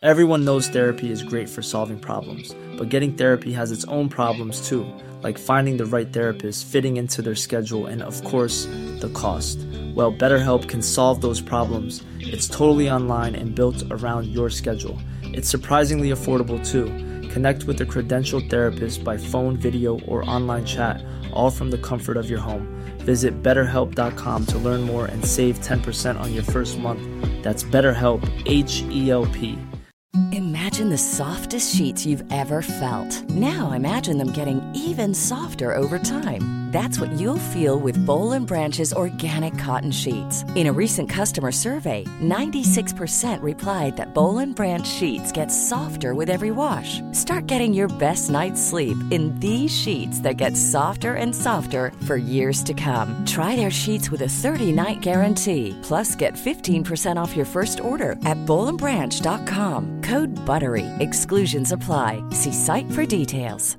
Everyone knows therapy is great for solving problems, but getting therapy has its own problems too, like finding the right therapist, fitting into their schedule, and of course, the cost. Well, BetterHelp can solve those problems. It's totally online and built around your schedule. It's surprisingly affordable too. Connect with a credentialed therapist by phone, video, or online chat, all from the comfort of your home. Visit BetterHelp.com to learn more and save 10% on your first month. That's BetterHelp, H-E-L-P. Imagine the softest sheets you've ever felt. Now imagine them getting even softer over time. That's what you'll feel with Boll & Branch's organic cotton sheets. In a recent customer survey, 96% replied that Boll & Branch sheets get softer with every wash. Start getting your best night's sleep in these sheets that get softer and softer for years to come. Try their sheets with a 30-night guarantee. Plus, get 15% off your first order at bollandbranch.com. Code BUTTERY. Exclusions apply. See site for details.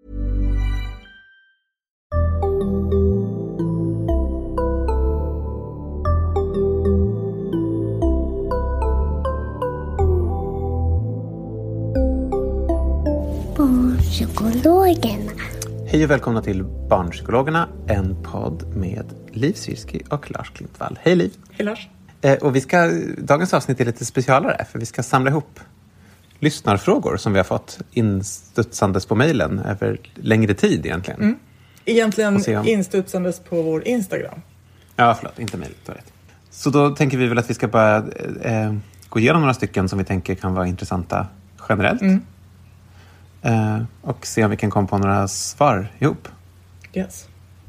Barnpsykologerna. Hej och välkomna till Barnpsykologerna, en podd med Liv Syrski och Lars Klintvall. Hej Liv! Hej Lars! Och dagens avsnitt är lite specialare, för vi ska samla ihop lyssnarfrågor som vi har fått instutsandes på mejlen över längre tid egentligen. Mm. Egentligen instutsandes på vår Instagram. Ja, förlåt, inte mejl. Så då tänker vi väl att vi ska bara gå igenom några stycken som vi tänker kan vara intressanta generellt. Och se om vi kan komma på några svar ihop. Yes.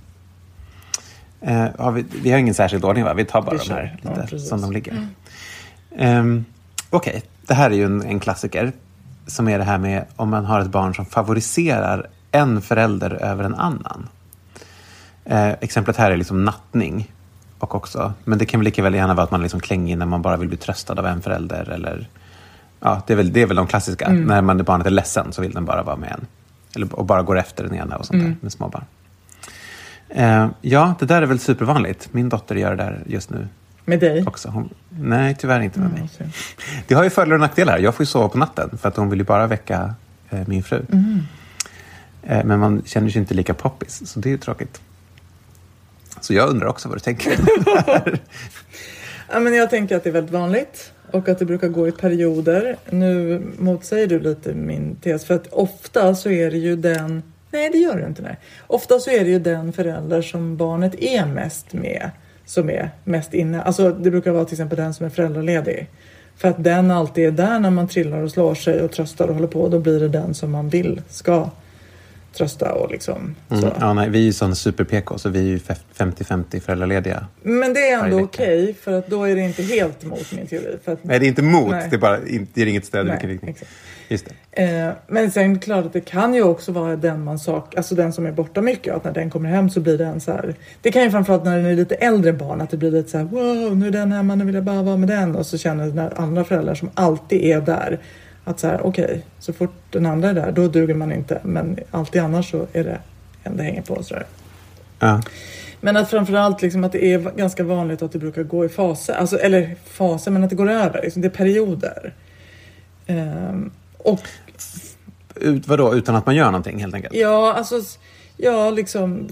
Vi har ingen särskild ordning, va? Vi tar bara de här lite som de ligger. Okej, det här är ju en klassiker som är det här med om man har ett barn som favoriserar en förälder över en annan. Exemplet här är liksom nattning och också, men det kan väl lika väl gärna vara att man liksom klänger in när man bara vill bli tröstad av en förälder, eller ja, det är väl de klassiska. När barnet är ledsen så vill den bara vara med en. Och bara går efter den ena och sånt där med småbarn. Ja, det där är väl supervanligt. Min dotter gör det där just nu. Med dig? Också. Nej, tyvärr inte med mig. Det har ju fördelar och nackdelar. Jag får ju sova på natten för att hon vill ju bara väcka min fru. Men man känner sig inte lika poppis, så det är ju tråkigt. Så jag undrar också vad du tänker. Ja, men jag tänker att det är väldigt vanligt. Och att det brukar gå i perioder. Nu motsäger du lite min tes. För att ofta så är det ju den... Nej, det gör du inte. Nej. Ofta så är det ju den förälder som barnet är mest med. Som är mest inne. Alltså det brukar vara till exempel den som är föräldraledig. För att den alltid är där när man trillar och slår sig och tröstar och håller på. Då blir det den som man ska trösta och liksom så. Ja, nej, vi är ju sån super-PK, så vi är ju 50-50 föräldralediga. Men det är ändå okej, för att då är det inte helt mot min teori. För att, nej, det är inte mot, det är bara det är inget stöd i vilken riktning. Exakt. Just det. Men sen klart att det kan ju också vara den alltså den som är borta mycket, att när den kommer hem så blir den så här. Det kan ju framförallt när den är lite äldre barn, att det blir lite så här: wow, nu är den hemma, nu vill jag bara vara med den. Och så känner den andra föräldrar som alltid är där att så här, okej, så fort den andra är där, då duger man inte. Men alltid annars så är det det hänger på så där. Ja. Men att framförallt liksom att det är ganska vanligt att det brukar gå i faser. Alltså, eller faser, men att det går över. Liksom, det är perioder. Och vadå? Utan att man gör någonting helt enkelt? Ja, alltså... Ja, liksom...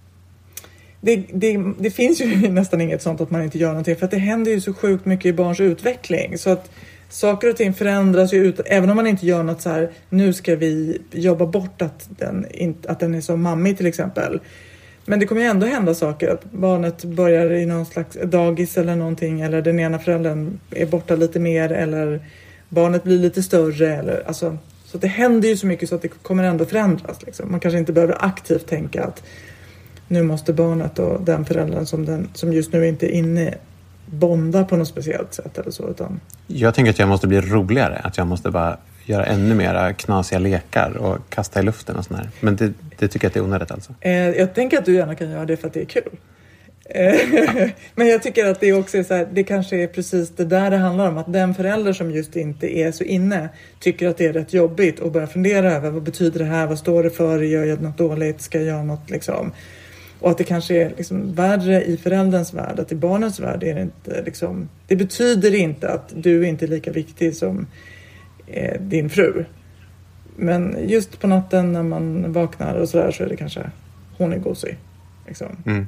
Det finns ju nästan inget sånt att man inte gör någonting. För att det händer ju så sjukt mycket i barns utveckling. Så att saker och ting förändras ju även om man inte gör något så här, nu ska vi jobba bort att den är så mammig till exempel. Men det kommer ju ändå hända saker. Att barnet börjar i någon slags dagis eller någonting. Eller den ena föräldern är borta lite mer. Eller barnet blir lite större. Eller, alltså, så det händer ju så mycket så att det kommer ändå förändras. Liksom. Man kanske inte behöver aktivt tänka att nu måste barnet och den föräldern som just nu inte är inne bonda på något speciellt sätt eller så. Utan... Jag tänker att jag måste bli roligare. Att jag måste bara göra ännu mera knasiga lekar och kasta i luften och sånt här. Men det tycker jag att det är onödigt alltså. Jag tänker att du gärna kan göra det för att det är kul. Men jag tycker att det också är så här, det kanske är precis det där det handlar om. Att den förälder som just inte är så inne tycker att det är rätt jobbigt och börjar fundera över vad betyder det här, vad står det för, gör jag något dåligt, ska jag göra något liksom. Och att det kanske är liksom värre i förälderns värld, att i barnens värld är det inte liksom, det betyder inte att du inte är lika viktig som din fru. Men just på natten när man vaknar och sådär, så är det kanske hon är gosig. Liksom.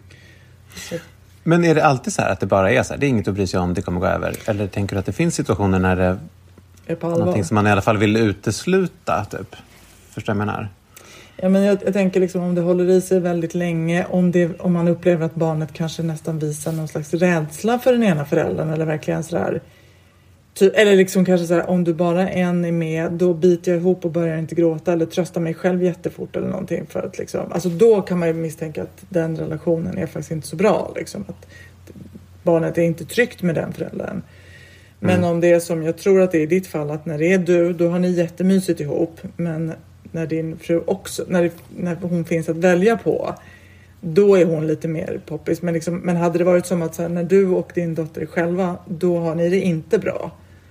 Men är det alltid så här att det bara är så här? Det är inget att bry sig om, det kommer gå över? Eller tänker du att det finns situationer när det är på allvar? Någonting som man i alla fall vill utesluta, typ? Förstår jag menar? Ja, men jag tänker liksom, om det håller i sig väldigt länge, om man upplever att barnet kanske nästan visar någon slags rädsla för den ena föräldern, eller verkligen sådär, eller liksom kanske sådär, om du bara en är med, då biter jag ihop och börjar inte gråta eller trösta mig själv jättefort eller någonting, för att liksom, alltså då kan man ju misstänka att den relationen är faktiskt inte så bra, liksom, att barnet är inte tryggt med den föräldern. Men om det är som jag tror att det är i ditt fall, att när det är du, då har ni jättemysigt ihop, men när din fru också, när hon finns att välja på, då är hon lite mer poppis. Men hade det varit som att så här, när du och din dotter är själva, då har ni det inte bra.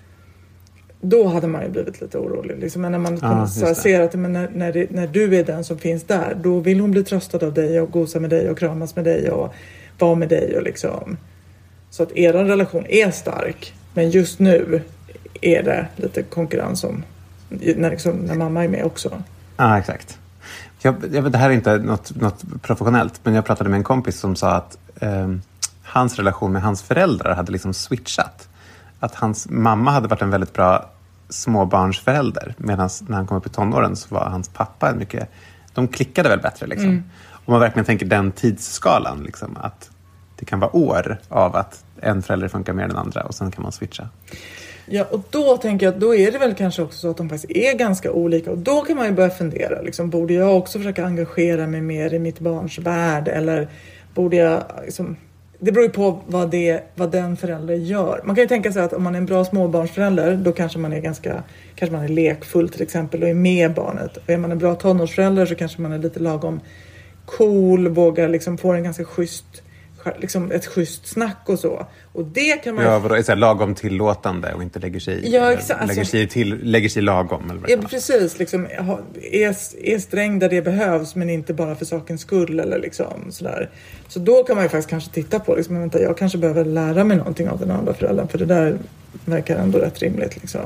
Då hade man ju blivit lite orolig. Liksom. Men när man ser att när du är den som finns där, då vill hon bli tröstad av dig och gosa med dig och kramas med dig och vara med dig. Och liksom. Så att er relation är stark. Men just nu är det lite konkurrens om när mamma är med också. Ja, exakt. Det här är inte något professionellt, men jag pratade med en kompis som sa att hans relation med hans föräldrar hade liksom switchat. Att hans mamma hade varit en väldigt bra småbarnsförälder, medan när han kom upp i tonåren så var hans pappa mycket... De klickade väl bättre liksom. Om man verkligen tänker den tidsskalan liksom, att det kan vara år av att en förälder funkar mer än den andra och sen kan man switcha. Ja, och då tänker jag att då är det väl kanske också så att de faktiskt är ganska olika. Och då kan man ju börja fundera, liksom, borde jag också försöka engagera mig mer i mitt barns värld? Eller borde jag, liksom, det beror ju på vad den föräldern gör. Man kan ju tänka sig att om man är en bra småbarnsförälder, då kanske man är lekfull till exempel och är med barnet. Och är man en bra tonårsförälder så kanske man är lite lagom cool, vågar liksom få en ganska liksom ett schysst snack och så. Och det kan man... Ja, vadå? Är så här lagom tillåtande och inte lägger sig i? Ja, exakt. Lägger sig lagom? Eller ja, precis. Liksom, är sträng där det behövs, men inte bara för sakens skull. Eller liksom, sådär. Så då kan man ju faktiskt kanske titta på, liksom, vänta, jag kanske behöver lära mig någonting av den andra föräldern. För det där verkar ändå rätt rimligt. Liksom.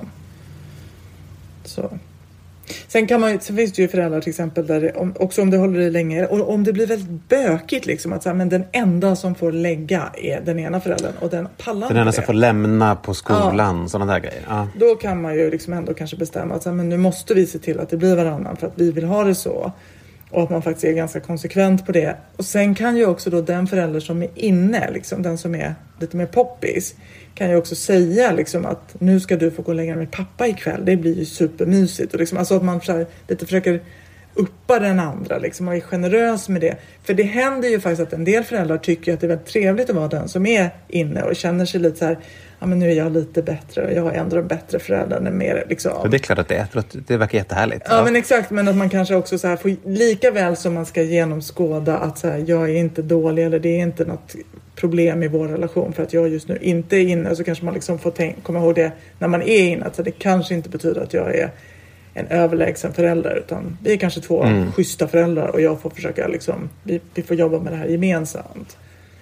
Så... Sen finns det ju föräldrar till exempel där också om det håller i länge och om det blir väldigt bökigt liksom att så här, men den enda som får lägga är den ena föräldern och den pallar den enda som får lämna på skolan, sådana där grejer. Ja. Då kan man ju liksom ändå kanske bestämma att så här, men nu måste vi se till att det blir varannan för att vi vill ha det så. Och att man faktiskt är ganska konsekvent på det. Och sen kan ju också då den förälder som är inne, liksom, den som är lite mer poppis, kan ju också säga liksom, att nu ska du få gå och lägga med pappa ikväll. Det blir ju supermysigt. Och liksom, alltså att man så här, lite försöker uppa den andra liksom, och är generös med det. För det händer ju faktiskt att en del föräldrar tycker att det är väldigt trevligt att vara den som är inne och känner sig lite så här, ja men nu är jag lite bättre och jag har ändå en bättre förälder än mer liksom. Så det är klart att det verkar jättehärligt. Ja, men exakt, men att man kanske också så här får, lika väl som man ska genomskåda att så här, jag är inte dålig eller det är inte något problem i vår relation för att jag just nu inte är inne, så kanske man liksom får komma ihåg det när man är inne, att det kanske inte betyder att jag är en överlägsen förälder, utan vi är kanske två schyssta föräldrar och jag får försöka liksom, vi får jobba med det här gemensamt.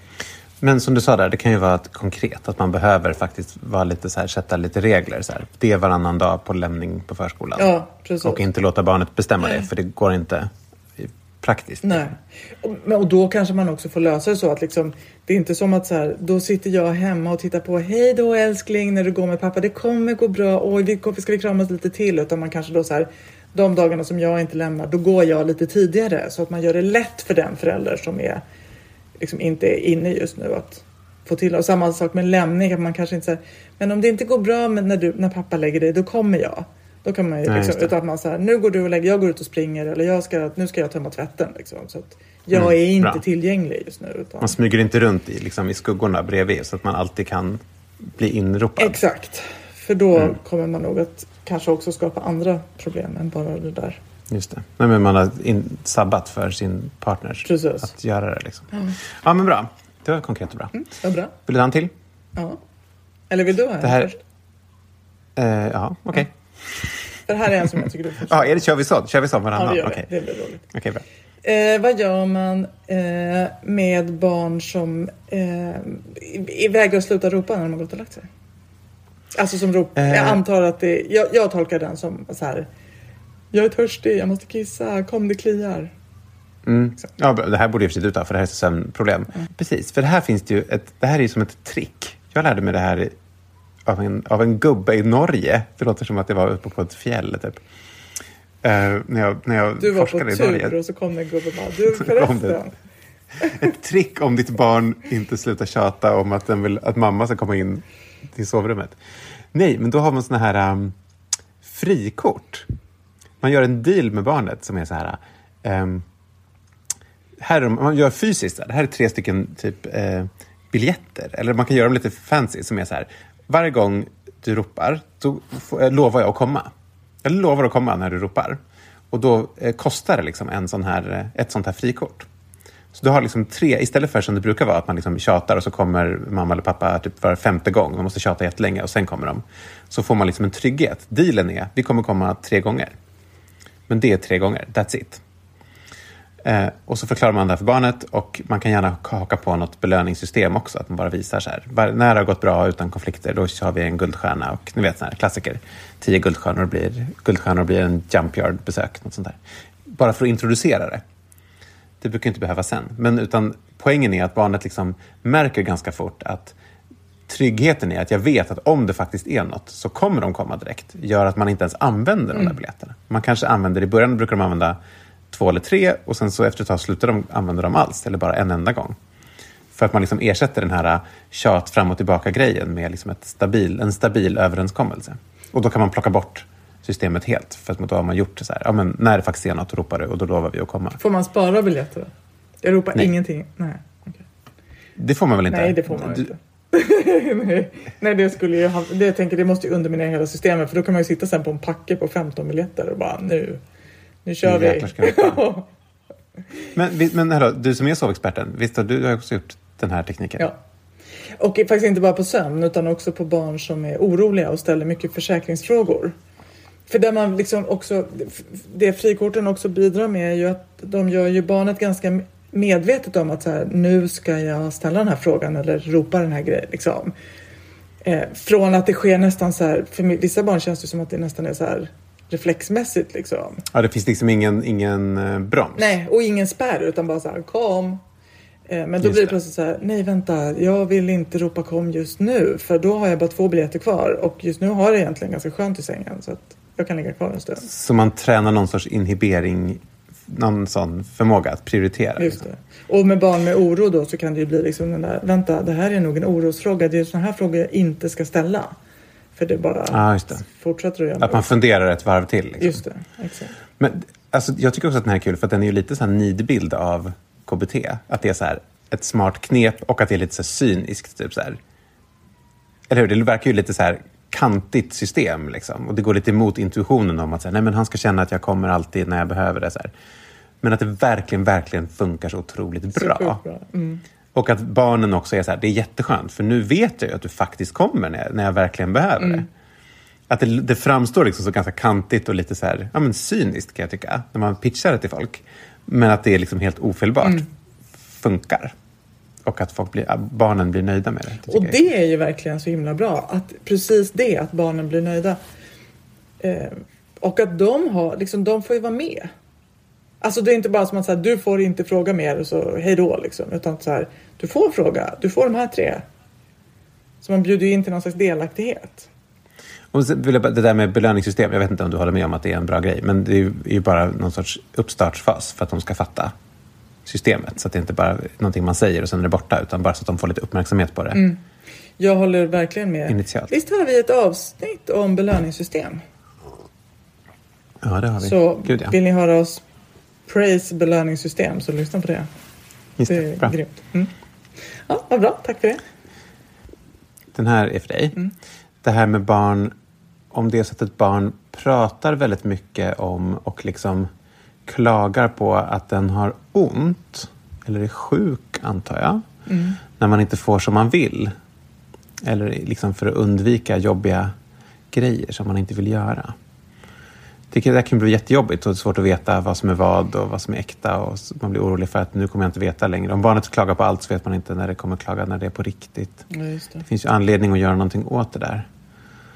Men som du sa där, det kan ju vara konkret att man behöver faktiskt vara lite så här, sätta lite regler så här. Det är varannan dag på lämning på förskolan. Ja, precis. Och inte låta barnet bestämma det, för det går inte praktiskt. Nej. Och då kanske man också får lösa det så att liksom, det är inte som att så här, då sitter jag hemma och tittar på, hej då älskling när du går med pappa, det kommer gå bra, oj ska vi kramas lite till, utan man kanske då så här, de dagarna som jag inte lämnar, då går jag lite tidigare, så att man gör det lätt för den förälder som är liksom inte är inne just nu att få till. Och samma sak med lämning, att man kanske inte säger, men om det inte går bra men när pappa lägger dig, då kommer jag. Då kan man ju liksom, utan att man säger, nu går du och lägger, jag går ut och springer, eller nu ska jag tömma tvätten liksom, så att jag är inte tillgänglig just nu. Utan... Man smyger inte runt i skuggorna bredvid, så att man alltid kan bli inropad. Exakt, för då kommer man nog att kanske också skapa andra problem än bara det där. Just det. Nej, men man har sabbat för sin partner att göra det. Liksom. Ja, men bra. Det var konkret och bra. Ja, bra. Vill du ha en till? Ja. Eller vill du ha en först? Ja, okej. Okay. Det här är en som jag tycker du får. Ja, kör vi så varannan? Ja, okay. Det blir roligt. Okej, bra. Vad gör man med barn som vägrar att sluta ropa när de har gått och lagt sig? Alltså som rop. Jag antar att jag tolkar den som så här: jag är törstig, jag måste kissa, kom det kliar. Ja, det här borde jag försöka ut av, för det här är ett sömnproblem. Precis, för det här finns det ju det här är ju som ett trick. Jag lärde mig det här av en gubbe i Norge. Det låter som att jag var uppe på ett fjäll typ. När jag du var forskade på i Norge. tur och så kom det en gubbe och bara, du förresten. Ett trick om ditt barn inte slutar tjata om att den vill att mamma ska komma in till sovrummet. Nej, men då har man såna här frikort. Man gör en deal med barnet som är så här... här man gör fysiskt. Det här är 3 stycken typ biljetter. Eller man kan göra dem lite fancy som är så här: varje gång du ropar så lovar jag att komma. Jag lovar att komma när du ropar. Och då kostar det liksom ett sånt här frikort. Så du har liksom 3, istället för som det brukar vara att man liksom tjatar och så kommer mamma eller pappa typ var 5:e gång. Man måste tjata jättelänge och sen kommer de. Så får man liksom en trygghet. Dealen är, vi kommer komma 3 gånger. Men det är 3 gånger, that's it. Och så förklarar man det här för barnet, och man kan gärna haka på något belöningssystem också, att man bara visar så här: när det har gått bra utan konflikter, då har vi en guldstjärna, och ni vet sån här klassiker, 10 guldstjärnor blir en jump yard besök, något sånt där. Bara för att introducera det. Det brukar inte behöva sen, men utan poängen är att barnet liksom märker ganska fort att tryggheten är att jag vet att om det faktiskt är något så kommer de komma direkt, gör att man inte ens använder de där biljetterna. Man kanske använder, i början brukar de använda 2 eller 3, och sen så efter ett tag slutar de använda dem alls, eller bara en enda gång. För att man liksom ersätter den här tjat fram och tillbaka grejen med liksom en stabil överenskommelse. Och då kan man plocka bort systemet helt, för att då har man gjort det så här: ja, men när det faktiskt är något ropar du, och då lovar vi att komma. Får man spara biljetter då? Jag ropar ingenting. Nej. Okay. Det får man väl inte? Nej, det får man inte. Nej, det skulle ju jag tänker, det måste ju underminera hela systemet, för då kan man ju sitta sen på en packe på 15 biljetter och bara nu kör vi. Men hallå, du som är sovexperten, visst har du också gjort den här tekniken? Ja. Och faktiskt inte bara på sömn, utan också på barn som är oroliga och ställer mycket försäkringsfrågor. För där man liksom också, det frikorten också bidrar med är ju att de gör ju barnet ganska medvetet om att så här, nu ska jag ställa den här frågan eller ropa den här grejen liksom. Från att det sker nästan så här, för vissa barn känns det som att det nästan är så här reflexmässigt liksom. Ja, det finns liksom ingen broms. Nej, och ingen spärr, utan bara så här, kom. Men då blir det plötsligt så här: nej vänta, jag vill inte ropa kom just nu, för då har jag bara 2 biljetter kvar, och just nu har det egentligen ganska skönt i sängen, så att jag kan ligga kvar en stund. Så man tränar någon sorts inhibering, någon sån förmåga att prioritera. Just det. Och med barn med oro då, så kan det ju bli liksom den där: vänta, det här är nog en orosfråga, det är såna här frågor jag inte ska ställa. För det bara just det. Fortsätter att göra. Att man funderar ett varv till. Liksom. Just det, exakt. Men alltså, jag tycker också att den här är kul, för att den är ju lite så här nidbild av KBT. Att det är så här ett smart knep, och att det är lite så här cyniskt. Typ så här. Eller hur? Det verkar ju lite så här kantigt system. Liksom. Och det går lite emot intuitionen om att så här, nej, men han ska känna att jag kommer alltid när jag behöver det. Så här. Men att det verkligen funkar så otroligt bra. Och att barnen också är så här: det är jätteskönt, för nu vet jag ju att du faktiskt kommer när jag verkligen behöver det. Att det framstår liksom så ganska kantigt och lite så här, ja men cyniskt kan jag tycka, när man pitchar det till folk. Men att det är liksom helt ofelbart funkar. Och att barnen blir nöjda med det. Och det är ju verkligen så himla bra. Att precis det, att barnen blir nöjda. Och att de får ju vara med. Alltså det är inte bara som att så här, du får inte fråga mer och så hej då liksom. Utan så här, du får fråga, du får de här 3. Så man bjuder in till någon slags delaktighet. Och det där med belöningssystem, jag vet inte om du håller med om att det är en bra grej. Men det är ju bara någon sorts uppstartsfas för att de ska fatta systemet. Så att det inte bara är någonting man säger och sen är det borta, utan bara så att de får lite uppmärksamhet på det. Jag håller verkligen med. Initialt. Visst har vi ett avsnitt om belöningssystem? Ja, det har vi. Så vill ni höra oss praise belöningssystem, så lyssna på det. Just det, det är bra. Grymt. Ja, vad bra. Tack för det. Den här är för dig. Det här med barn, om det är så att ett barn pratar väldigt mycket om och liksom klagar på att den har ont eller är sjuk, antar jag, när man inte får som man vill, eller liksom för att undvika jobbiga grejer som man inte vill göra. Det kan bli jättejobbigt och svårt att veta vad som är vad och vad som är äkta, och man blir orolig för att nu kommer jag inte veta längre. Om barnet klagar på allt så vet man inte när det kommer klaga när det är på riktigt. Ja, just det. Det finns ju anledning att göra någonting åt det där.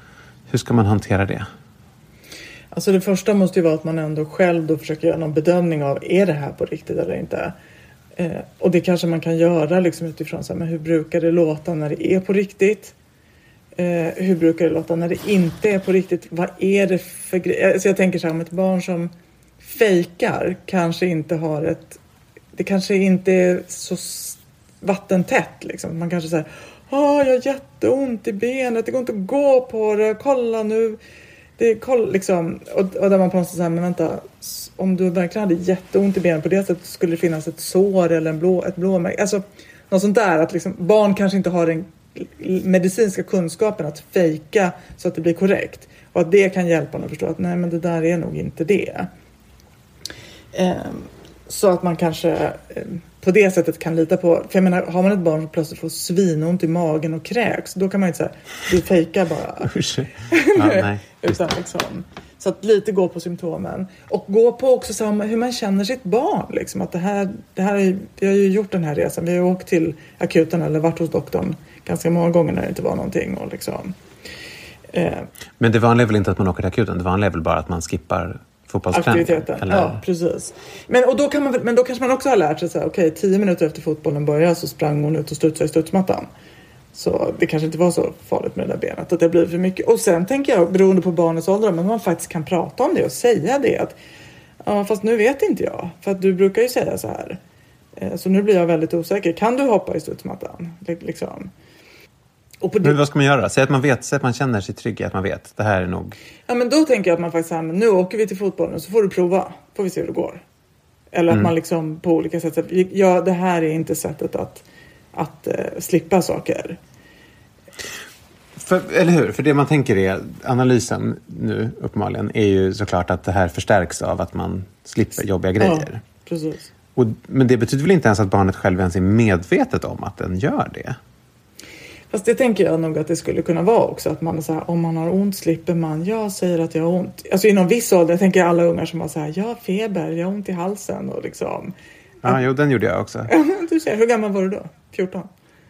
Hur ska man hantera det? Alltså det första måste ju vara att man ändå själv då försöker göra någon bedömning av, är det här på riktigt eller inte? Och det kanske man kan göra liksom utifrån så här, men hur brukar det låta när det är på riktigt? Hur brukar det låta när det inte är på riktigt? Vad är det för grej? Alltså jag tänker så här, om ett barn som fejkar kanske inte har det kanske inte är så vattentätt liksom. Man kanske säger, jag har jätteont i benet, det går inte att gå på det, kolla nu. Liksom, och där man på något sätt säger, men vänta, om du verkligen hade jätteont i benet på det sättet skulle det finnas ett sår eller ett blåmärke. Alltså något sånt där, att liksom, barn kanske inte har den medicinska kunskapen att fejka så att det blir korrekt. Och att det kan hjälpa dem att förstå att nej, men det där är nog inte det. Så att man kanske på det sättet kan lita på. För jag menar, har man ett barn som plötsligt får svinont i magen och kräks, då kan man inte säga, du fejkar bara. Nej. Utan liksom, så att lite gå på symptomen. Och gå på också så hur man känner sitt barn. Liksom, att det här är, vi har ju gjort den här resan. Vi har åkt till akuten eller varit hos doktorn ganska många gånger när det inte var någonting. Och liksom, Men det vanliga är väl inte att man åker till akuten? Det vanliga är väl bara att man skippar aktiviteten. Eller? Ja, precis. Men då kanske man också har lärt sig så här, okej, 10 minuter efter fotbollen började så sprang hon ut och studsade i studsmattan. Så det kanske inte var så farligt med det där benet, att det blir för mycket. Och sen tänker jag, beroende på barnets ålder, men man faktiskt kan prata om det och säga det. Att, ja, fast nu vet inte jag. För att du brukar ju säga så här. Så nu blir jag väldigt osäker. Kan du hoppa i studsmattan? Liksom. Men vad ska man göra? Säg att man vet, säg att man känner sig trygg, att man vet. Det här är nog... Ja, men då tänker jag att man faktiskt säger, men nu åker vi till fotbollen så får du prova. Får vi se hur det går. Eller att man liksom på olika sätt, ja, det här är inte sättet att slippa saker. Eller hur? För det man tänker är, analysen nu uppenbarligen är ju såklart att det här förstärks av att man slipper jobbiga grejer. Ja, precis. Men det betyder väl inte ens att barnet själv ens är medvetet om att den gör det? Fast det tänker jag nog att det skulle kunna vara också. Att man så här, om man har ont slipper man, jag säger att jag har ont. Alltså inom viss ålder, jag tänker alla ungar som har så här, jag har feber, jag har ont i halsen och liksom. Jo, den gjorde jag också. Du ser, hur gammal var du då? 14?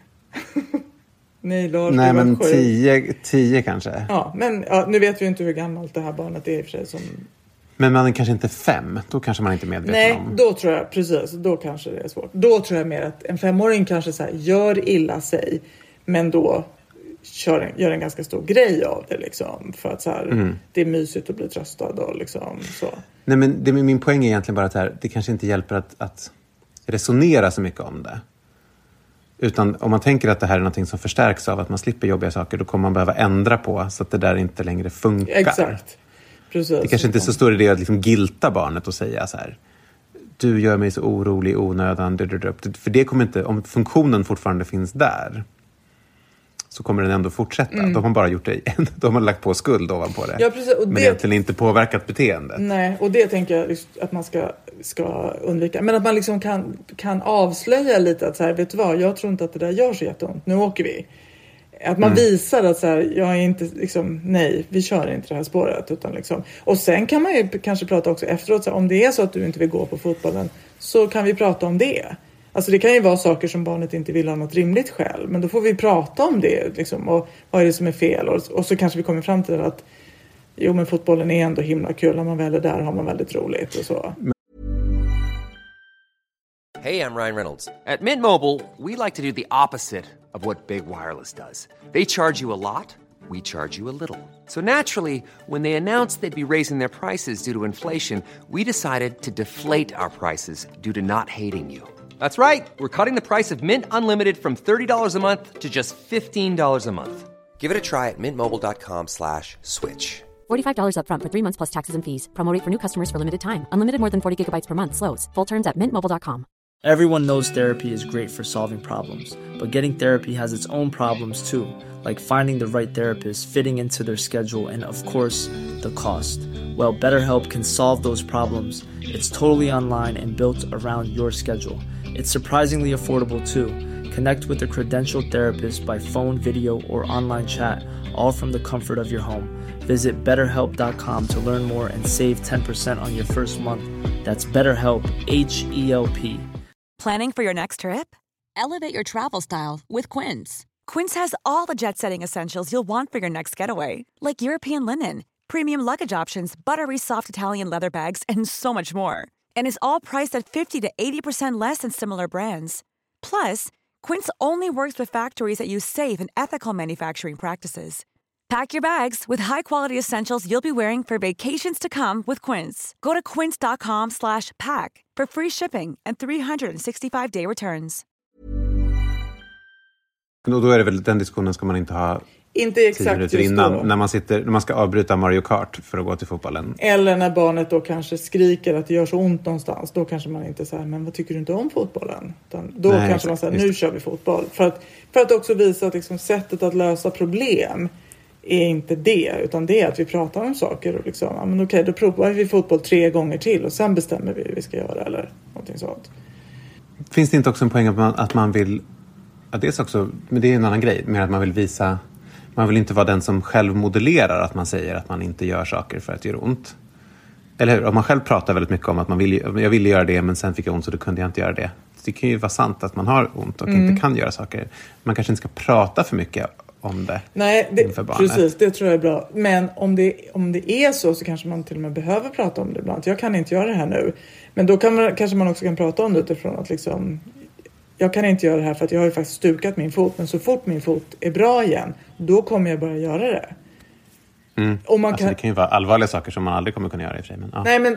Nej, Lars, nej, men 10 kanske. Ja, men ja, nu vet vi inte hur gammalt det här barnet är i och för sig som... Men man är kanske inte 5, då kanske man inte är medveten om. Nej, då tror jag, precis, då kanske det är svårt. Då tror jag mer att en 5-åring kanske så här, gör illa sig, men då gör en ganska stor grej av det liksom. För att så här, det är mysigt att bli tröstad och liksom så. Nej, men min poäng är egentligen bara att här, det kanske inte hjälper att resonera så mycket om det. Utan om man tänker att det här är något som förstärks av att man slipper jobbiga saker, då kommer man behöva ändra på så att det där inte längre funkar. Exakt. Precis. Det kanske inte är så stor idé att liksom gilta barnet och säga så här, du gör mig så orolig, onödan, för det kommer inte, om funktionen fortfarande finns där, så kommer den ändå fortsätta. Då har man bara gjort det, då har man lagt på skuld ovanpå det. Ja, precis. Och men det egentligen inte påverkat beteendet. Nej, och det tänker jag att man ska undvika. Men att man liksom kan avslöja lite att så här, vet du vad, jag tror inte att det där gör så jätteont. Nu åker vi. Att man visar att så här, jag är inte liksom, nej, vi kör inte det här spåret. Utan liksom, och sen kan man ju kanske prata också efteråt, så här, om det är så att du inte vill gå på fotbollen, så kan vi prata om det. Alltså det kan ju vara saker som barnet inte vill ha något rimligt själv. Men då får vi prata om det liksom, och vad är det som är fel. Och så kanske vi kommer fram till att jo, men fotbollen är ändå himla kul. När man väl är där har man väldigt roligt och så. Hey, I'm Ryan Reynolds. At Mint Mobile, we like to do the opposite of what Big Wireless does. They charge you a lot. We charge you a little. So naturally, when they announced they'd be raising their prices due to inflation, we decided to deflate our prices due to not hating you. That's right. We're cutting the price of Mint Unlimited from $30 a month to just $15 a month. Give it a try at mintmobile.com/switch. $45 up front for 3 months plus taxes and fees. Promo rate for new customers for limited time. Unlimited more than 40 gigabytes per month slows. Full terms at mintmobile.com. Everyone knows therapy is great for solving problems, but getting therapy has its own problems too, like finding the right therapist, fitting into their schedule, and of course, the cost. Well, BetterHelp can solve those problems. It's totally online and built around your schedule. It's surprisingly affordable too. Connect with a credentialed therapist by phone, video, or online chat, all from the comfort of your home. Visit BetterHelp.com to learn more and save 10% on your first month. That's BetterHelp, H-E-L-P. Planning for your next trip? Elevate your travel style with Quince. Quince has all the jet-setting essentials you'll want for your next getaway, like European linen, premium luggage options, buttery soft Italian leather bags, and so much more. And is all priced at 50 to 80% less than similar brands. Plus, Quince only works with factories that use safe and ethical manufacturing practices. Pack your bags with high-quality essentials you'll be wearing for vacations to come with Quince. Go to quince.com/pack for free shipping and 365-day returns. Och då är det väl den diskussionen ska man inte ha inte 10 exakt minuter just innan. då. När man ska avbryta Mario Kart för att gå till fotbollen. Eller när barnet då kanske skriker att det gör så ont någonstans. Då kanske man inte säger, men vad tycker du inte om fotbollen? Då Nej, kanske man säger, nu kör vi fotboll. För att också visa att liksom, sättet att lösa problem är inte det. Utan det är att vi pratar om saker. Och liksom, ja, men okej, då provar vi fotboll 3 gånger till. Och sen bestämmer vi hur vi ska göra eller någonting sånt. Finns det inte också en poäng att man vill... Ja, det är också, men det är en annan grej. Mer att man vill visa... Man vill inte vara den som själv modellerar att man säger att man inte gör saker för att det gör ont. Eller hur? Om man själv pratar väldigt mycket om att jag ville göra det men sen fick jag ont så då kunde jag inte göra det. Det kan ju vara sant att man har ont och inte kan göra saker. Man kanske inte ska prata för mycket om det. Nej, inför barnet. Precis, det tror jag är bra. Men om det är så kanske man till och med behöver prata om det ibland. Jag kan inte göra det här nu. Men då kanske man också kan prata om det utifrån att liksom... Jag kan inte göra det här för att jag har ju faktiskt stukat min fot. Men så fort min fot är bra igen, då kommer jag börja göra det. Och man Det kan ju vara allvarliga saker som man aldrig kommer kunna göra i och för sig. Men, ja. Nej, men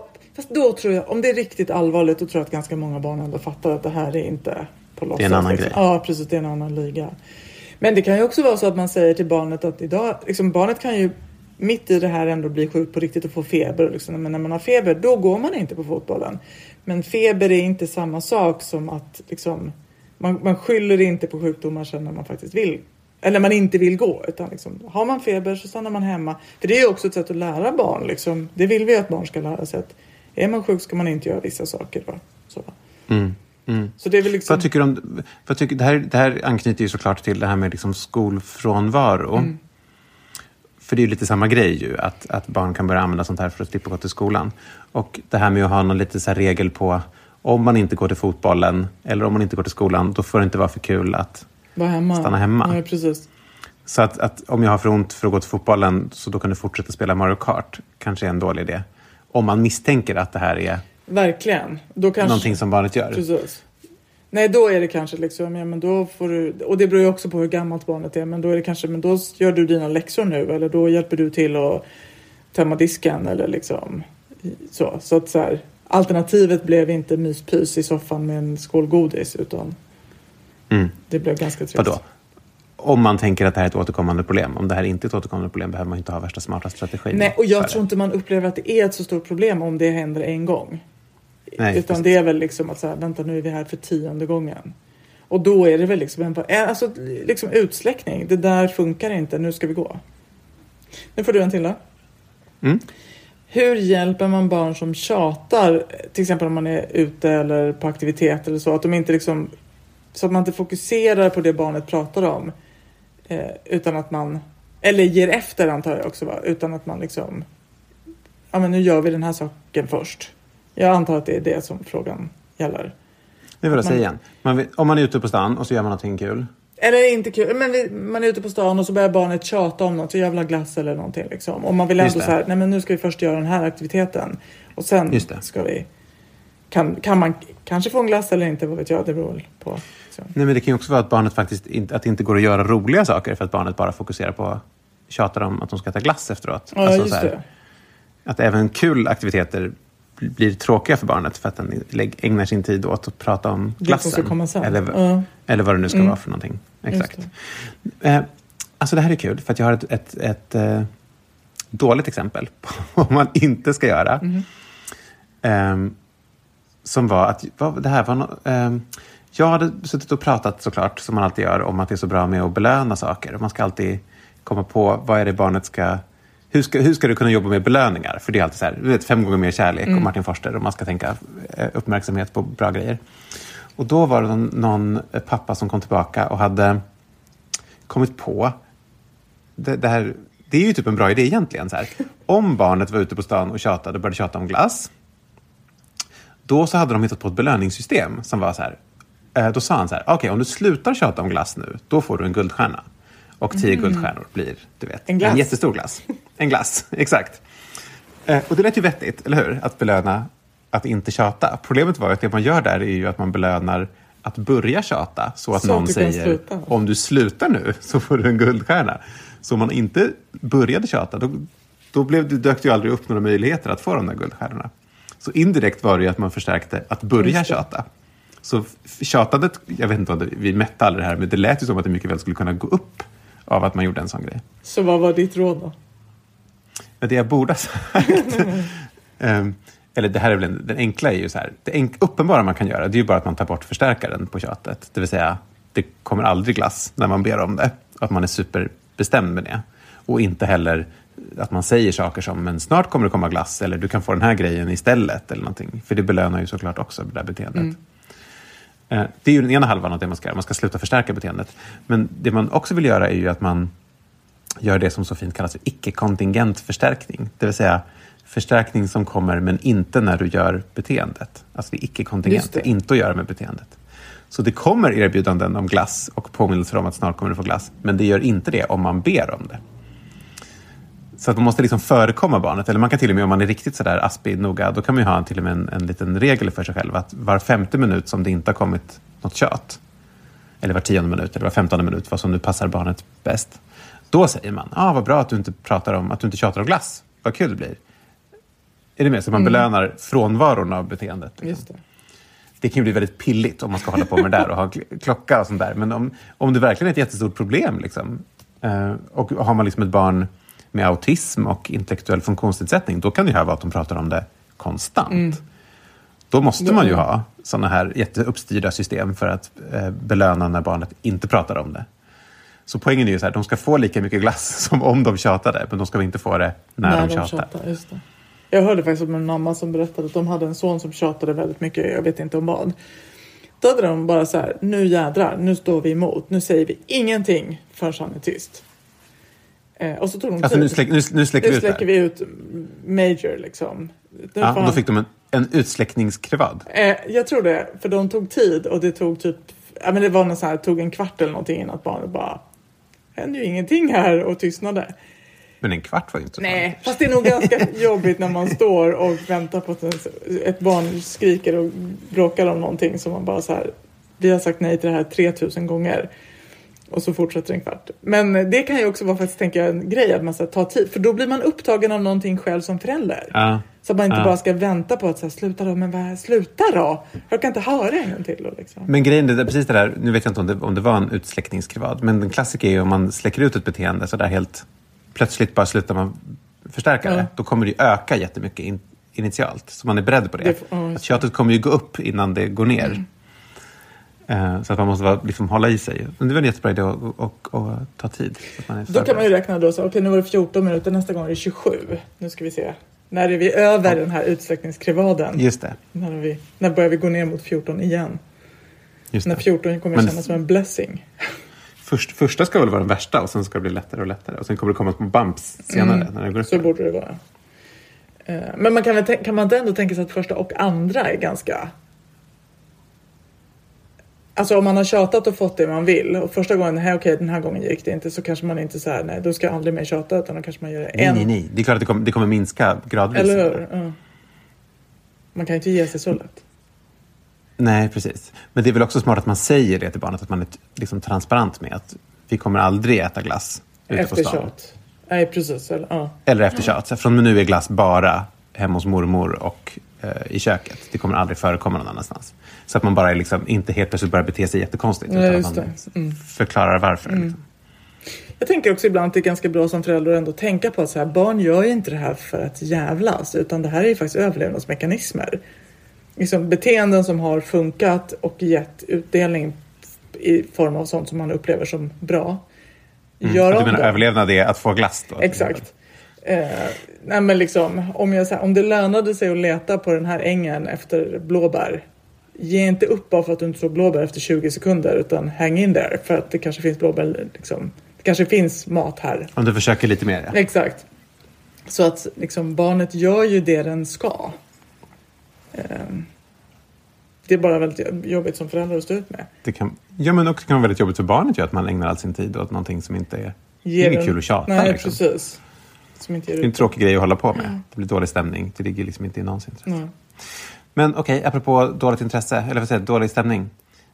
då tror jag, om det är riktigt allvarligt, då tror jag att ganska många barn ändå fattar att det här är inte på låtsas. Det är en annan grej. Ja, precis, det är en annan liga. Men det kan ju också vara så att man säger till barnet att idag, liksom, barnet kan ju mitt i det här ändå bli sjuk på riktigt och få feber. Liksom. Men när man har feber, då går man inte på fotbollen. Men feber är inte samma sak som att liksom, man skyller inte på sjukdomar sen när man faktiskt vill. Eller man inte vill gå. Utan liksom, har man feber så stannar man hemma. För det är ju också ett sätt att lära barn. Liksom. Det vill vi att barn ska lära sig. Att är man sjuk ska man inte göra vissa saker. Då. Så. Så det är väl liksom... Vad tycker det här anknyter ju såklart till det här med liksom skolfrånvaro. För det är ju lite samma grej ju. Att barn kan börja använda sånt här för att slippa gå till skolan. Och det här med att ha någon lite så här regel på om man inte går till fotbollen eller om man inte går till skolan, då får det inte vara för kul att stanna hemma. Ja, precis. Så att om jag har för ont för att gå till fotbollen så då kan du fortsätta spela Mario Kart. Kanske är en dålig idé. Om man misstänker att det här är verkligen. Då kanske... någonting som barnet gör. Precis. Nej, då är det kanske liksom, ja men då får du, och det beror ju också på hur gammalt barnet är, men då är det kanske, men då gör du dina läxor nu, eller då hjälper du till att tömma disken, eller liksom så att så här, alternativet blev inte myspys i soffan med en skål godis, utan det blev ganska trist. Vadå? Om man tänker att det här är ett återkommande problem. Om det här inte är ett återkommande problem behöver man inte ha värsta smarta strategin. Nej, och jag tror inte man upplever att det är ett så stort problem om det händer en gång. Nej, utan precis. det är väl liksom att så här, vänta, nu är vi här för 10:e gången. Och då är det väl liksom liksom utsläckning. Det där funkar inte, nu ska vi gå. Nu får du en till då. Hur hjälper man barn som tjatar, till exempel om man är ute eller på aktivitet eller så, att de inte liksom, så att man inte fokuserar på det barnet pratar om, utan att man, eller ger efter antar jag också, va? Utan att man liksom, ja men nu gör vi den här saken först. Jag antar att det är det som frågan gäller. Det vill jag säga igen. Om man är ute på stan och så gör man någonting kul. Eller inte kul, men man är ute på stan och så börjar barnet tjata om något, så jag vill ha glass eller någonting liksom. Och man vill ändå så här, nej men nu ska vi först göra den här aktiviteten. Och sen ska vi, kan man kanske få en glass eller inte, vad vet jag, det beror på. Så. Nej, men det kan ju också vara att barnet faktiskt att det inte går att göra roliga saker för att barnet bara fokuserar på tjatar om att de ska ta glass efteråt. Ja, alltså, just det. Att även kul aktiviteter blir tråkiga för barnet för att den ägnar sin tid åt att prata om glassen. Eller vad det nu ska vara för någonting. Exakt. Alltså det här är kul för att jag har ett dåligt exempel på vad man inte ska göra. Som var att det här var jag hade suttit och pratat såklart som man alltid gör om att det är så bra med att belöna saker. Man ska alltid komma på vad är det barnet ska... Hur ska du kunna jobba med belöningar? För det är alltid så här, du vet, 5 gånger mer kärlek och Martin Forster och man ska tänka uppmärksamhet på bra grejer. Och då var det någon pappa som kom tillbaka och hade kommit på det här. Det är ju typ en bra idé egentligen. Så här. Om barnet var ute på stan och började tjata om glass, då så hade de hittat på ett belöningssystem som var så här: Då sa han så här, okej, om du slutar tjata om glass nu, då får du en guldstjärna. Och 10 guldstjärnor blir, du vet, en jättestor glass. En glass, exakt. Och det lät ju vettigt, eller hur? Att belöna att inte tjata. Problemet var att det man gör där är ju att man belönar att börja tjata. Så att någon säger, om du slutar nu så får du en guldstjärna. Så om man inte började tjata, då dök det ju aldrig upp några möjligheter att få de där guldstjärnorna. Så indirekt var det ju att man förstärkte att börja tjata. Så tjatandet, jag vet inte om vi mätte aldrig det här, men det lät ju som att det mycket väl skulle kunna gå upp av att man gjorde en sån grej. Så vad var ditt råd då? Det jag borde ha sagt. Eller det här är väl den enkla är ju så här. Det uppenbara man kan göra, det är ju bara att man tar bort förstärkaren på tjatet. Det vill säga, det kommer aldrig glass när man ber om det. Att man är superbestämd med det. Och inte heller att man säger saker som, men snart kommer det komma glass. Eller du kan få den här grejen istället. Eller någonting. För det belönar ju såklart också det där beteendet. Det är ju den ena halvan av det man ska göra. Man ska sluta förstärka beteendet. Men det man också vill göra är ju att man gör det som så fint kallas för icke-kontingent förstärkning. Det vill säga förstärkning som kommer men inte när du gör beteendet. Alltså det är icke-kontingent, det är inte att göra med beteendet. Så det kommer erbjudanden om glass och påminnelser om att snart kommer du få glass. Men det gör inte det om man ber om det. Så att man måste liksom förekomma barnet. Eller man kan till och med, om man är riktigt sådär aspig noga, då kan man ju ha till och med en liten regel för sig själv. Att var 5:e minut som det inte har kommit något tjat, eller var 10:e minut, eller var 15:e minut, vad som nu passar barnet bäst. Då säger man, vad bra att du inte pratar om, att du inte tjatar om glass. Vad kul det blir. Är det med? Så man belönar frånvaron av beteendet. Liksom. Just det. Det kan ju bli väldigt pilligt om man ska hålla på med det där och ha klocka och sånt där. Men om det verkligen är ett jättestort problem liksom, och har man liksom ett barn med autism och intellektuell funktionsnedsättning, då kan det ju vara att de pratar om det konstant. Då måste man ju ha såna här jätteuppstyrda system för att belöna när barnet inte pratar om det. Så poängen är ju så här, de ska få lika mycket glass som om de tjatade, men de ska inte få det när de tjatar. Just det. Jag hörde faktiskt om en mamma som berättade att de hade en son som tjatade väldigt mycket, jag vet inte om vad. Då hade de bara så här, nu jädrar, nu står vi emot, nu säger vi ingenting förrän han är tyst. Och så tog de alltså nu släcker vi ut major liksom. Ja, då fick de en utsläckningskrevad. Jag tror det, för de tog tid och det tog typ, men det var någon så här, tog en kvart eller någonting innan att barnet bara, hände ju ingenting här och tystnade. Men en kvart var ju inte så. Nej, fast det är nog ganska jobbigt när man står och väntar på att ett barn skriker och bråkar om någonting som man bara så här, vi har sagt nej till det här 3000 gånger. Och så fortsätter en kvart. Men det kan ju också vara faktiskt, tänka en grej att man ska ta tid. För då blir man upptagen av någonting själv som förälder. Så att man inte bara ska vänta på att så här, sluta då. Jag kan inte höra en gång till. Liksom. Men grejen är precis det där, nu vet jag inte om det var en utsläckningskrevad. Men den klassiker är ju om man släcker ut ett beteende så där helt plötsligt bara slutar man förstärka det. Då kommer det öka jättemycket initialt. Så man är beredd på det. Att tjatet kommer ju gå upp innan det går ner. Så att man måste liksom hålla i sig. Men det är väl en jättebra idé att ta tid. Så att man är då kan man ju räkna då så, okej, nu var det 14 minuter, nästa gång är det 27. Nu ska vi se. När är vi över den här utsläckningskrevaden? Just det. När börjar vi gå ner mot 14 igen? Just när 14 kommer att kännas som en blessing. Första ska väl vara den värsta och sen ska det bli lättare och lättare. Och sen kommer det komma små bumps senare. När det går upp. Så borde det vara. Men man kan man inte ändå tänka sig att första och andra är ganska... Alltså om man har tjatat och fått det man vill och första gången, okej, den här gången gick det inte, så kanske man inte så här, nej, då ska jag aldrig mer tjata, utan då kanske man gör det Nej. Det är klart att det kommer minska gradvis. Eller hur? Ja. Man kan ju inte ge sig så lätt. Nej, precis. Men det är väl också smart att man säger det till barnet, att man är liksom transparent med att vi kommer aldrig äta glass ute på stan. Efter tjat. Nej, precis. Eller efter tjat. Så från nu är glass bara hemma hos mormor och i köket. Det kommer aldrig förekomma någon annanstans. Så att man bara är liksom, inte helt plötsligt börjar bete sig jättekonstigt. Utan att man förklarar varför. Liksom. Jag tänker också ibland att det är ganska bra som förälder ändå tänka på att så här, barn gör ju inte det här för att jävlas. Utan det här är ju faktiskt överlevnadsmekanismer. Liksom beteenden som har funkat och gett utdelning i form av sånt som man upplever som bra. Du menar överlevnad är att få glass då? Exakt. Nej, men liksom, om det lönade sig att leta på den här ängen efter blåbär, ge inte upp bara för att du inte såg blåbär efter 20 sekunder, utan hang in där, för att det kanske finns blåbär liksom, det kanske finns mat här. Om du försöker lite mer. Ja. Exakt. Så att liksom, barnet gör ju det den ska. Det det är bara väldigt jobbigt som förälder att stå ut med. Men också kan vara väldigt jobbigt för barnet att man ägnar all sin tid åt någonting som inte är inget kul att tjata. Nej, liksom. precis. Som inte det är en tråkig grej att hålla på med. Det blir dålig stämning. Det ligger liksom inte i någons intresse. Nej. Men okej, apropå dåligt intresse, eller vad säger, dålig stämning.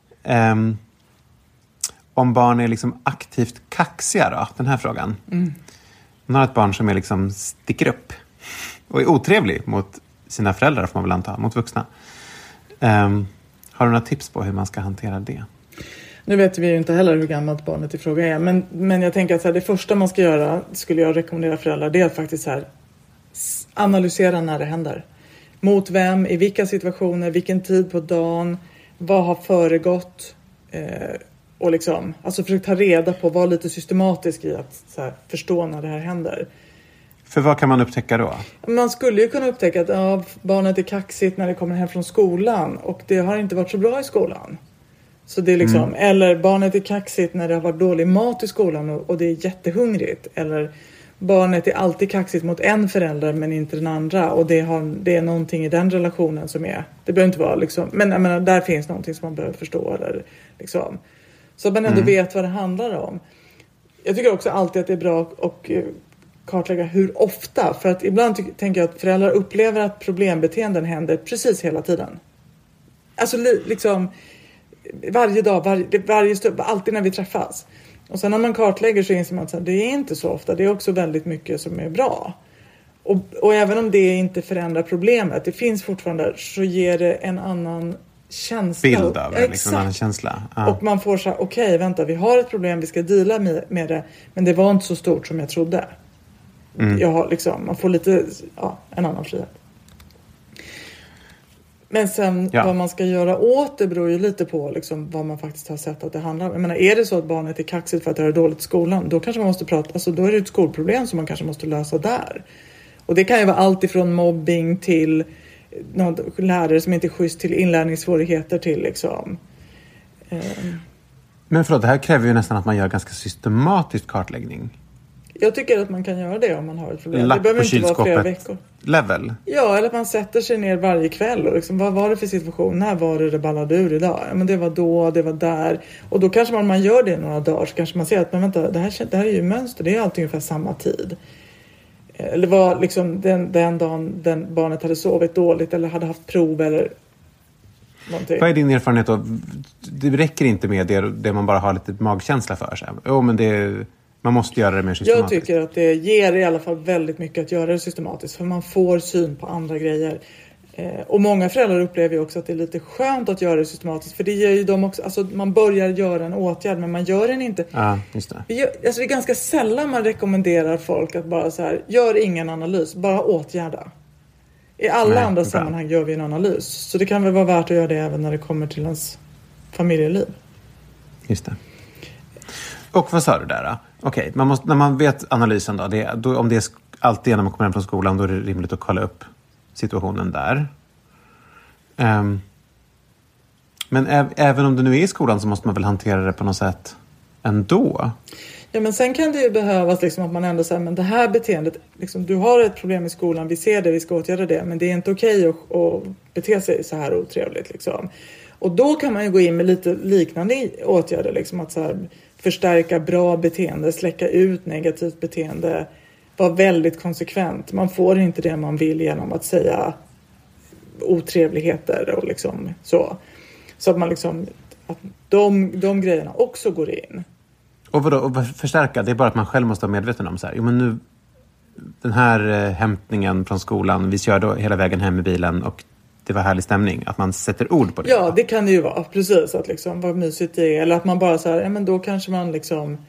Om barn är liksom aktivt kaxiga då, den här frågan. Man har ett barn som är liksom sticker upp och är otrevlig mot sina föräldrar, får man väl anta, mot vuxna. Har du några tips på hur man ska hantera det? Nu vet vi ju inte heller hur gammalt barnet i fråga är. Men jag tänker att så här, det första man ska göra, skulle jag rekommendera föräldrar, det är att faktiskt så här, analysera när det händer. Mot vem, i vilka situationer, vilken tid på dagen, vad har föregått. Och liksom, alltså försök ta reda på, vara lite systematisk i att så här, förstå när det här händer. För vad kan man upptäcka då? Man skulle ju kunna upptäcka att barnet är kaxigt när det kommer hem från skolan och det har inte varit så bra i skolan. Så det är liksom, eller barnet är kaxigt när det har varit dålig mat i skolan och det är jättehungrigt. Eller barnet är alltid kaxigt mot en förälder men inte den andra. Och det är någonting i den relationen som är, det behöver inte vara liksom, men jag menar, där finns någonting som man behöver förstå. Eller liksom. Så att man ändå vet vad det handlar om. Jag tycker också alltid att det är bra att kartlägga hur ofta. För att ibland tänker jag att föräldrar upplever att problembeteenden händer precis hela tiden. Alltså liksom varje dag, varje stund, alltid när vi träffas. Och sen när man kartlägger så inser man att det är inte så ofta. Det är också väldigt mycket som är bra. Och även om det inte förändrar problemet, det finns fortfarande, så ger det en annan känsla. Bild av det, liksom en annan känsla. Ja. Och man får så här, okej, vänta, vi har ett problem, vi ska deala med det. Men det var inte så stort som jag trodde. Jag har liksom, man får lite, en annan frihet. Men sen vad man ska göra åt det beror ju lite på liksom, vad man faktiskt har sett att det handlar om. Jag menar, är det så att barnet är kaxigt för att det är dåligt i skolan, då kanske man måste prata, alltså då är det ett skolproblem som man kanske måste lösa där. Och det kan ju vara allt ifrån mobbing till någon lärare som inte är schysst, till inlärningssvårigheter till liksom. Men förlåt, det här kräver ju nästan att man gör ganska systematisk kartläggning. Jag tycker att man kan göra det om man har ett problem. Lapp det behöver på inte vara flera veckor. Level? Ja, eller att man sätter sig ner varje kväll och liksom, vad var det för situation? När var det ballade ur idag? Ja, men det var då, det var där. Och då kanske man gör det några dagar, så kanske man ser att men vänta, det här är ju mönster. Det är alltid ungefär samma tid. Eller var liksom den dagen den barnet hade sovit dåligt eller hade haft prov eller någonting. Vad är din erfarenhet då? Det räcker inte med det man bara har lite magkänsla för sig. Men man måste göra det mer systematiskt. Jag tycker att det ger i alla fall väldigt mycket att göra det systematiskt. För man får syn på andra grejer. Och många föräldrar upplever ju också att det är lite skönt att göra det systematiskt. För det ger ju dem också, alltså man börjar göra en åtgärd men man gör den inte. Ja, just det. Det är ganska sällan man rekommenderar folk att bara så här, gör ingen analys, bara åtgärda. I alla andra sammanhang gör vi en analys. Så det kan väl vara värt att göra det även när det kommer till ens familjeliv. Just det. Och vad sa du där då? Okej, när man vet analysen då, om det är alltid när man kommer hem från skolan, då är det rimligt att kolla upp situationen där. Men även om det nu är i skolan så måste man väl hantera det på något sätt ändå? Ja, men sen kan det ju behövas liksom att man ändå säger, men det här beteendet, liksom, du har ett problem i skolan, vi ser det, vi ska åtgärda det, men det är inte okej att bete sig så här otrevligt liksom. Och då kan man ju gå in med lite liknande åtgärder, liksom att så här, förstärka bra beteende, släcka ut negativt beteende, vara väldigt konsekvent. Man får inte det man vill genom att säga otrevligheter och liksom så. Så att man liksom, att de grejerna också går in. Och vadå, och förstärka? Det är bara att man själv måste vara medveten om så här. Jo, men nu, den här hämtningen från skolan, vi kör då hela vägen hem i bilen och det var härlig stämning. Att man sätter ord på det. Ja, det kan det ju vara. Precis, att liksom vad mysigt det är. Eller att man bara så här, ja men då kanske man liksom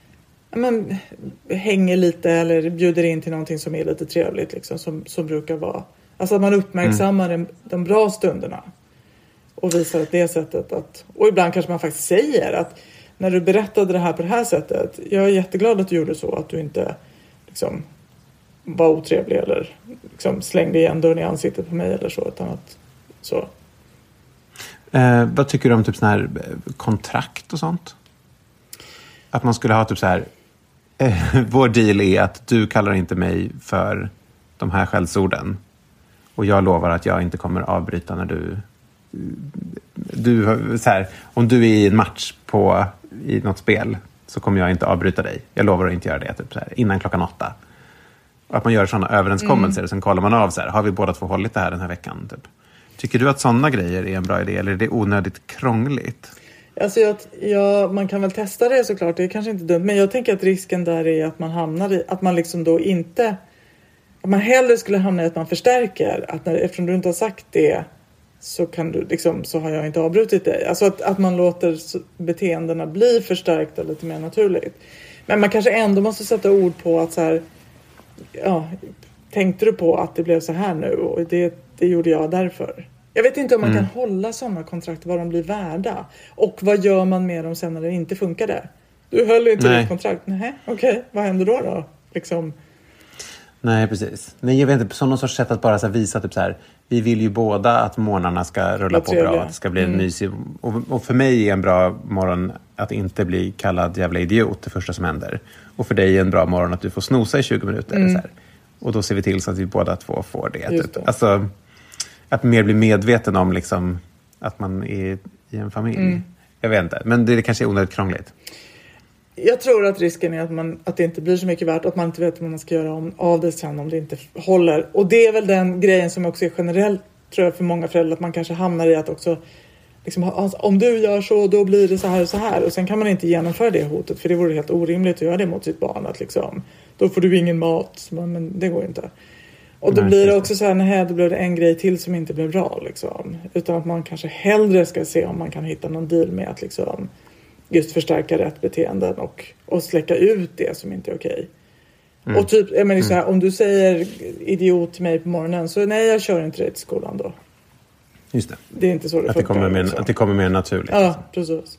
hänger lite eller bjuder in till någonting som är lite trevligt liksom, som brukar vara. Alltså att man uppmärksammar de bra stunderna. Och visar att det sättet att, och ibland kanske man faktiskt säger att när du berättade det här på det här sättet, jag är jätteglad att du gjorde så, att du inte liksom var otrevlig eller liksom slängde igen dörren i ansiktet på mig eller så, utan att så. Vad tycker du om typ sån här kontrakt och sånt? Att man skulle ha typ så här vår deal är att du kallar inte mig för de här skällsorden och jag lovar att jag inte kommer avbryta när du så här, om du är i en match i något spel så kommer jag inte avbryta dig. Jag lovar att inte göra det typ så här, innan 8:00. Och att man gör sådana överenskommelser och sen kollar man av så här, har vi båda två hållit det här den här veckan typ. Tycker du att sådana grejer är en bra idé eller är det onödigt krångligt? Alltså man kan väl testa det såklart, det är kanske inte dumt. Men jag tänker att risken där är att man hamnar i, att man liksom då inte, att man hellre skulle hamna i att man förstärker. Att eftersom du inte har sagt det så kan du liksom, så har jag inte avbrutit dig. Alltså att man låter beteendena bli förstärkta lite mer naturligt. Men man kanske ändå måste sätta ord på att så här, ja, tänkte du på att det blev så här nu och det gjorde jag därför. Jag vet inte om man kan hålla sådana kontrakt, vad de blir värda. Och vad gör man med dem sen när det inte funkade? Du höll inte ditt kontrakt. Nej, okej. Vad händer då? Liksom. Nej, precis. Nej, jag vet inte, på någon sorts sätt att bara så här visa typ så här, vi vill ju båda att morgnarna ska rulla på bra, att det ska bli en mysig. Och för mig är en bra morgon att inte bli kallad jävla idiot det första som händer. Och för dig är en bra morgon att du får snosa i 20 minuter. Så här. Och då ser vi till så att vi båda två får det. Typ. Alltså, att mer bli medveten om liksom, att man är i en familj. Jag vet inte, men det kanske är onödigt krångligt. Jag tror att risken är att det inte blir så mycket värt. Att man inte vet vad man ska göra av det sen om det inte håller. Och det är väl den grejen som också är generellt, tror jag, för många föräldrar. Att man kanske hamnar i att också liksom, om du gör så, då blir det så här och så här. Och sen kan man inte genomföra det hotet. För det vore helt orimligt att göra det mot sitt barn. Att liksom, då får du ingen mat. Men det går inte. Och då blir det också så här, nej, då blir det en grej till som inte blev bra. Liksom. Utan att man kanske hellre ska se om man kan hitta någon deal med att liksom, just förstärka rätt beteenden och släcka ut det som inte är okej. Och typ, jag menar så här, om du säger idiot till mig på morgonen, så nej, jag kör inte det till skolan då. Just det. Det är inte så det funkar. Att det kommer mer naturligt. Ja, precis.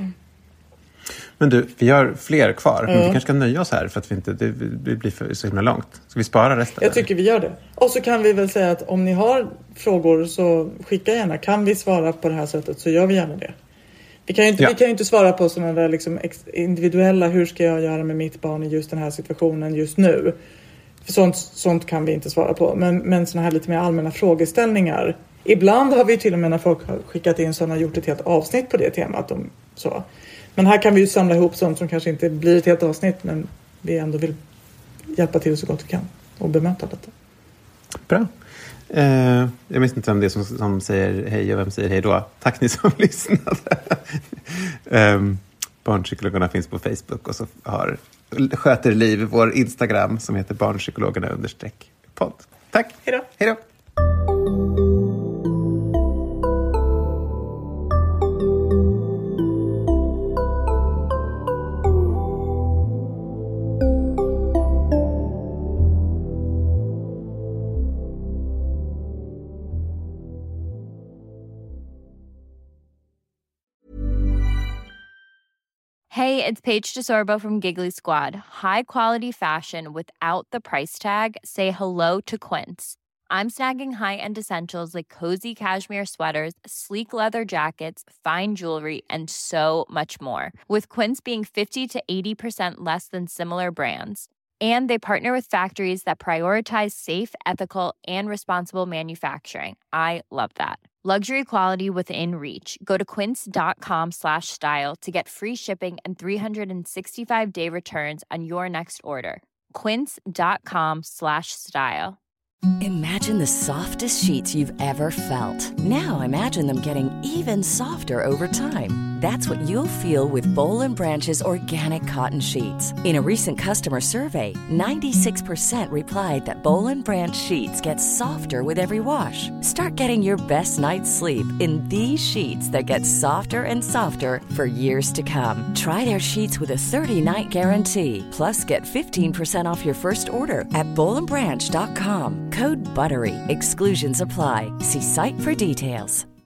Men du, vi har fler kvar. Men vi kanske ska nöja oss här för att det blir så himla långt. Ska vi spara resten? Jag tycker vi gör det. Och så kan vi väl säga att om ni har frågor så skicka gärna. Kan vi svara på det här sättet så gör vi gärna det. Vi kan ju inte svara på sådana där liksom individuella, hur ska jag göra med mitt barn i just den här situationen just nu. För sånt kan vi inte svara på. Men sådana här lite mer allmänna frågeställningar. Ibland har vi till och med när folk har skickat in sådana gjort ett helt avsnitt på det temat. Så. Men här kan vi ju samla ihop sånt som kanske inte blir ett helt avsnitt, men vi ändå vill hjälpa till så gott vi kan och bemöta detta. Bra. Jag minns inte vem det är som säger hej och vem säger hej då. Tack ni som lyssnade. Barnpsykologerna finns på Facebook och så sköter Liv vår Instagram som heter barnpsykologerna_podd. Tack. Hej då. Hej då. Hey, it's Paige DeSorbo from Giggly Squad. High quality fashion without the price tag. Say hello to Quince. I'm snagging high-end essentials like cozy cashmere sweaters, sleek leather jackets, fine jewelry, and so much more. With Quince being 50 to 80% less than similar brands. And they partner with factories that prioritize safe, ethical, and responsible manufacturing. I love that. Luxury quality within reach. Go to quince.com/style to get free shipping and 365-day returns on your next order. Quince.com/style. Imagine the softest sheets you've ever felt. Now imagine them getting even softer over time. That's what you'll feel with Boll & Branch's organic cotton sheets. In a recent customer survey, 96% replied that Boll & Branch sheets get softer with every wash. Start getting your best night's sleep in these sheets that get softer and softer for years to come. Try their sheets with a 30-night guarantee. Plus, get 15% off your first order at bollandbranch.com. Code BUTTERY. Exclusions apply. See site for details.